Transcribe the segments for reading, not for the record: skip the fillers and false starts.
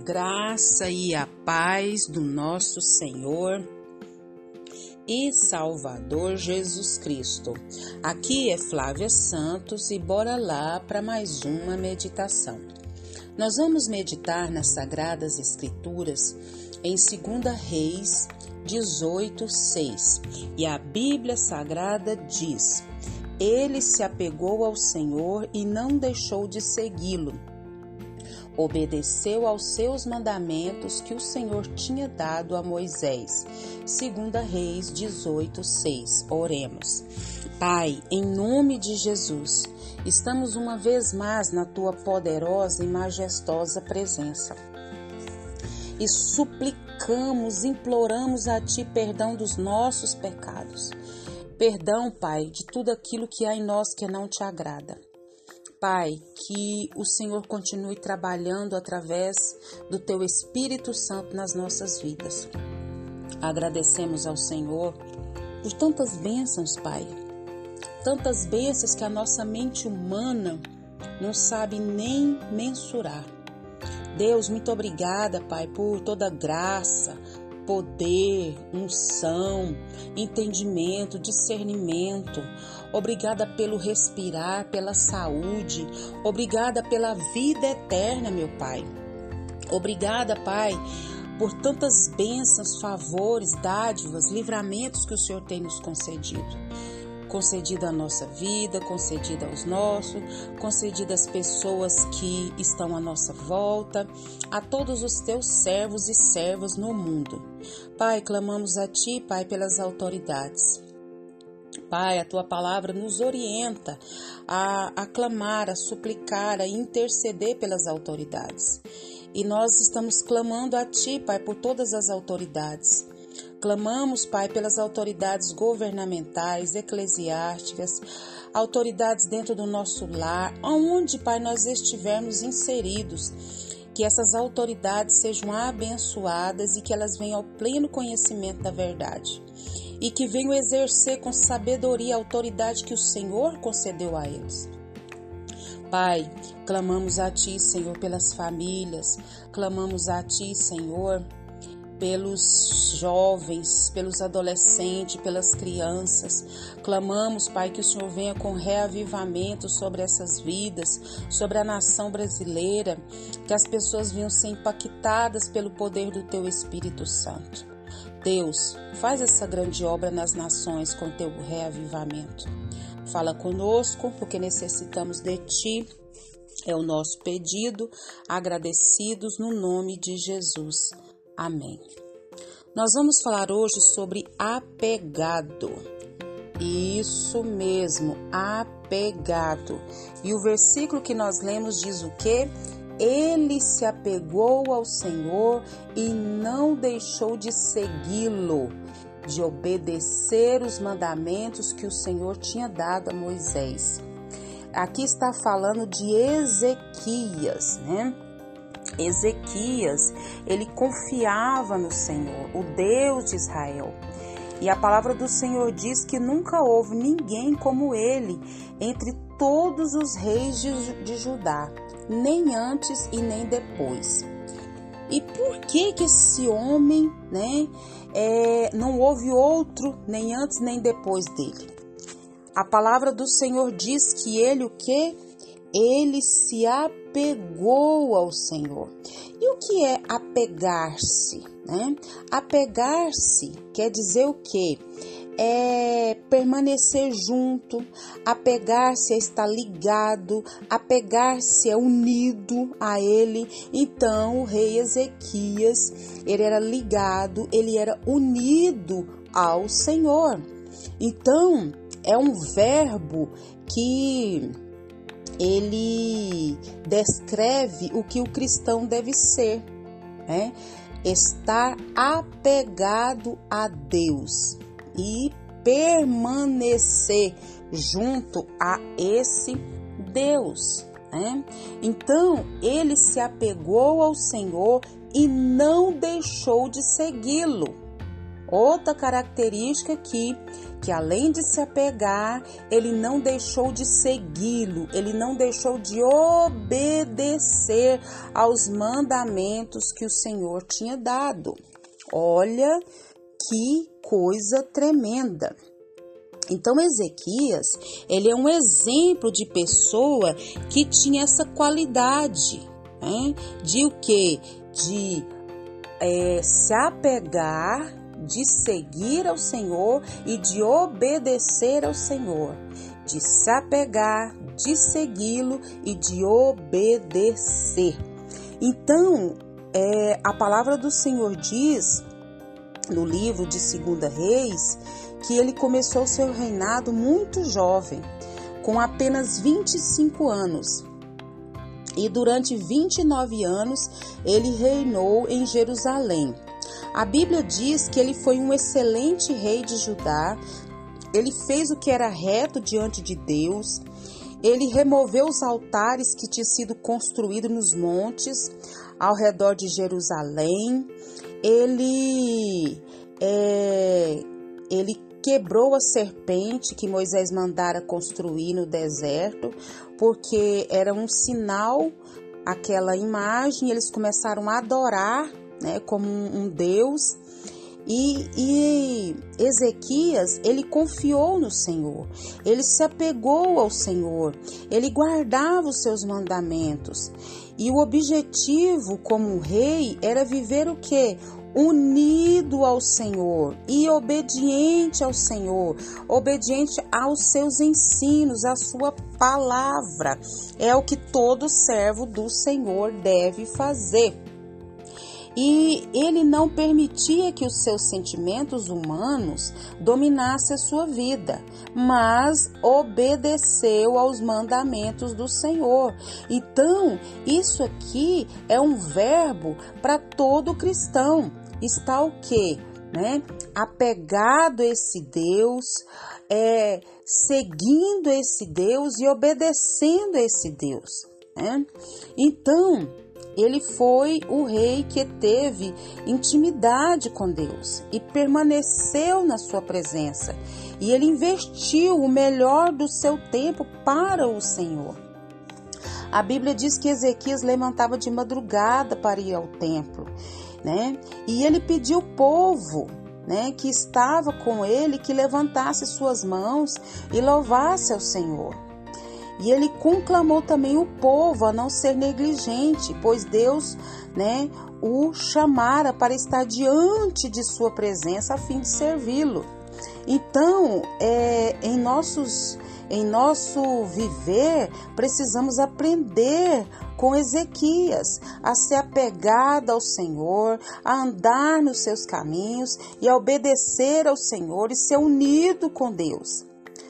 graça e a paz do nosso Senhor e Salvador Jesus Cristo. Aqui é Flávia Santos e bora lá para mais uma meditação. Nós vamos meditar nas Sagradas Escrituras em 2 Reis 18:6 e a Bíblia Sagrada diz: Ele se apegou ao Senhor e não deixou de segui-lo. Obedeceu aos seus mandamentos que o Senhor tinha dado a Moisés. 2 Reis 18:6. Oremos. Pai, em nome de Jesus, estamos uma vez mais na Tua poderosa e majestosa presença. E suplicamos, imploramos a Ti perdão dos nossos pecados. Perdão, Pai, de tudo aquilo que há em nós que não Te agrada. Pai, que o Senhor continue trabalhando através do Teu Espírito Santo nas nossas vidas. Agradecemos ao Senhor por tantas bênçãos, Pai. Tantas bênçãos que a nossa mente humana não sabe nem mensurar. Deus, muito obrigada, Pai, por toda graça, poder, unção, entendimento, discernimento. Obrigada pelo respirar, pela saúde. Obrigada pela vida eterna, meu Pai. Obrigada, Pai, por tantas bênçãos, favores, dádivas, livramentos que o Senhor tem nos concedido. Concedida à nossa vida, concedida aos nossos, concedida às pessoas que estão à nossa volta, a todos os Teus servos e servas no mundo. Pai, clamamos a Ti, Pai, pelas autoridades. Pai, a Tua palavra nos orienta a clamar, a suplicar, a interceder pelas autoridades. E nós estamos clamando a Ti, Pai, por todas as autoridades. Clamamos, Pai, pelas autoridades governamentais, eclesiásticas, autoridades dentro do nosso lar, aonde, Pai, nós estivermos inseridos. Que essas autoridades sejam abençoadas e que elas venham ao pleno conhecimento da verdade. E que venham exercer com sabedoria a autoridade que o Senhor concedeu a eles. Pai, clamamos a Ti, Senhor, pelas famílias, clamamos a Ti, Senhor, pelos jovens, pelos adolescentes, pelas crianças. Clamamos, Pai, que o Senhor venha com reavivamento sobre essas vidas, sobre a nação brasileira, que as pessoas venham ser impactadas pelo poder do Teu Espírito Santo. Deus, faz essa grande obra nas nações com Teu reavivamento. Fala conosco, porque necessitamos de Ti. É o nosso pedido, agradecidos no nome de Jesus. Amém. Nós vamos falar hoje sobre apegado. Isso mesmo, apegado. E o versículo que nós lemos diz o quê? Ele se apegou ao Senhor e não deixou de segui-lo, de obedecer os mandamentos que o Senhor tinha dado a Moisés. Aqui está falando de Ezequias, né? Ezequias, ele confiava no Senhor, o Deus de Israel. E a palavra do Senhor diz que nunca houve ninguém como ele entre todos os reis de Judá, nem antes e nem depois. E por que esse homem, né, não houve outro nem antes nem depois dele? A palavra do Senhor diz que ele o quê? Ele se apegou ao Senhor. E o que é apegar-se, né? Apegar-se quer dizer o quê? É permanecer junto, apegar-se é estar ligado, apegar-se é unido a Ele. Então, o rei Ezequias, ele era ligado, ele era unido ao Senhor. Então, é um verbo que ele descreve o que o cristão deve ser, né? Estar apegado a Deus e permanecer junto a esse Deus, né? Então, ele se apegou ao Senhor e não deixou de segui-lo. Outra característica aqui porque além de se apegar, ele não deixou de segui-lo, ele não deixou de obedecer aos mandamentos que o Senhor tinha dado. Olha que coisa tremenda! Então, Ezequias, ele é um exemplo de pessoa que tinha essa qualidade, né? De o quê? De se apegar, de seguir ao Senhor e de obedecer ao Senhor. De se apegar, de segui-lo e de obedecer. Então, a palavra do Senhor diz, no livro de 2 Reis, que ele começou seu reinado muito jovem, com apenas 25 anos. E durante 29 anos ele reinou em Jerusalém. A Bíblia diz que ele foi um excelente rei de Judá. Ele fez o que era reto diante de Deus. Ele removeu os altares que tinham sido construídos nos montes ao redor de Jerusalém. Ele quebrou a serpente que Moisés mandara construir no deserto, porque era um sinal, aquela imagem. Eles começaram a adorar, né, como um Deus. E Ezequias, ele confiou no Senhor, ele se apegou ao Senhor, ele guardava os seus mandamentos. E o objetivo como rei era viver o quê? Unido ao Senhor e obediente ao Senhor, obediente aos seus ensinos, à sua palavra. É o que todo servo do Senhor deve fazer. E ele não permitia que os seus sentimentos humanos dominassem a sua vida, mas obedeceu aos mandamentos do Senhor. Então, isso aqui é um verbo para todo cristão. Está o quê? Apegado a esse Deus, seguindo esse Deus e obedecendo a esse Deus. Então, ele foi o rei que teve intimidade com Deus e permaneceu na sua presença. E ele investiu o melhor do seu tempo para o Senhor. A Bíblia diz que Ezequias levantava de madrugada para ir ao templo, E ele pediu ao povo, que estava com ele, que levantasse suas mãos e louvasse ao Senhor. E ele conclamou também o povo a não ser negligente, pois Deus, o chamara para estar diante de sua presença a fim de servi-lo. Então, em nosso viver, precisamos aprender com Ezequias a ser apegado ao Senhor, a andar nos seus caminhos e a obedecer ao Senhor e ser unido com Deus.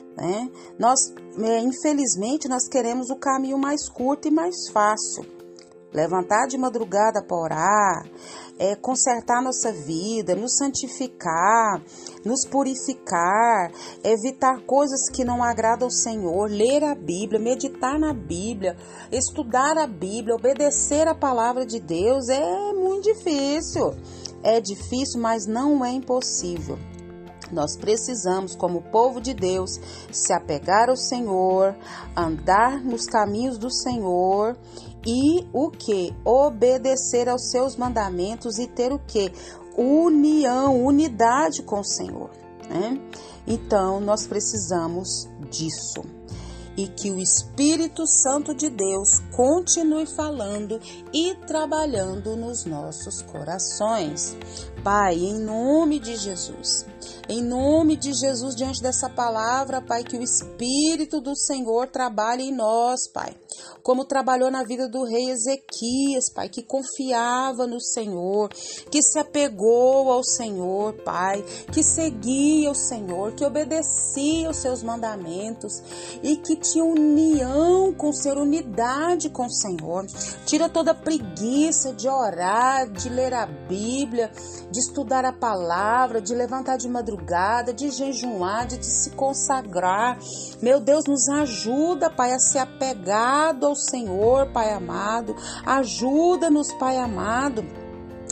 Infelizmente, nós queremos o caminho mais curto e mais fácil. Levantar de madrugada para orar, consertar nossa vida, nos santificar, nos purificar, evitar coisas que não agradam ao Senhor, ler a Bíblia, meditar na Bíblia, estudar a Bíblia, obedecer a palavra de Deus é muito difícil. É difícil, mas não é impossível. Nós precisamos, como povo de Deus, se apegar ao Senhor, andar nos caminhos do Senhor e o que? Obedecer aos seus mandamentos e ter o que? União, unidade com o Senhor. Então, nós precisamos disso. E que o Espírito Santo de Deus continue falando e trabalhando nos nossos corações. Pai, em nome de Jesus, diante dessa palavra, Pai, que o Espírito do Senhor trabalhe em nós, Pai, como trabalhou na vida do rei Ezequias, Pai, que confiava no Senhor, que se apegou ao Senhor, Pai, que seguia o Senhor, que obedecia aos seus mandamentos e que tinha união com o Senhor, unidade com o Senhor. Tira toda a preguiça de orar, de ler a Bíblia, de estudar a palavra, de levantar de madrugada, de jejuar, de se consagrar. Meu Deus, nos ajuda, Pai, a ser apegado ao Senhor, Pai amado. Ajuda-nos, Pai amado,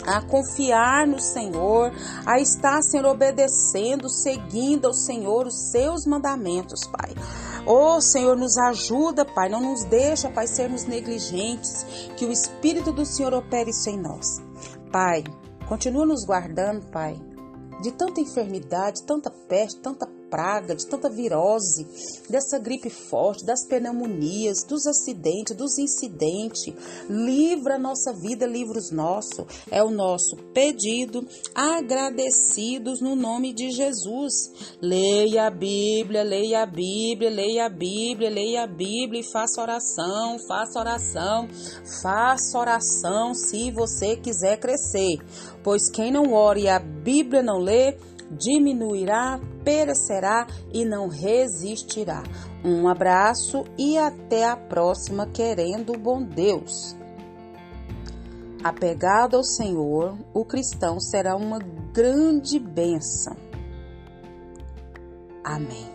a confiar no Senhor, a estar, Senhor, obedecendo, seguindo ao Senhor os seus mandamentos, Pai. Senhor, nos ajuda, Pai, não nos deixa, Pai, sermos negligentes, que o Espírito do Senhor opere isso em nós. Pai, continua nos guardando, Pai, de tanta enfermidade, tanta peste, tanta praga, de tanta virose, dessa gripe forte, das pneumonias, dos acidentes, dos incidentes. Livra a nossa vida, livra os nossos. É o nosso pedido, agradecidos no nome de Jesus. Leia a Bíblia, leia a Bíblia, leia a Bíblia, leia a Bíblia e faça oração, faça oração, faça oração se você quiser crescer. Pois quem não ora e a Bíblia não lê, diminuirá, perecerá e não resistirá. Um abraço e até a próxima, querendo o bom Deus. Apegado ao Senhor, o cristão será uma grande bênção. Amém.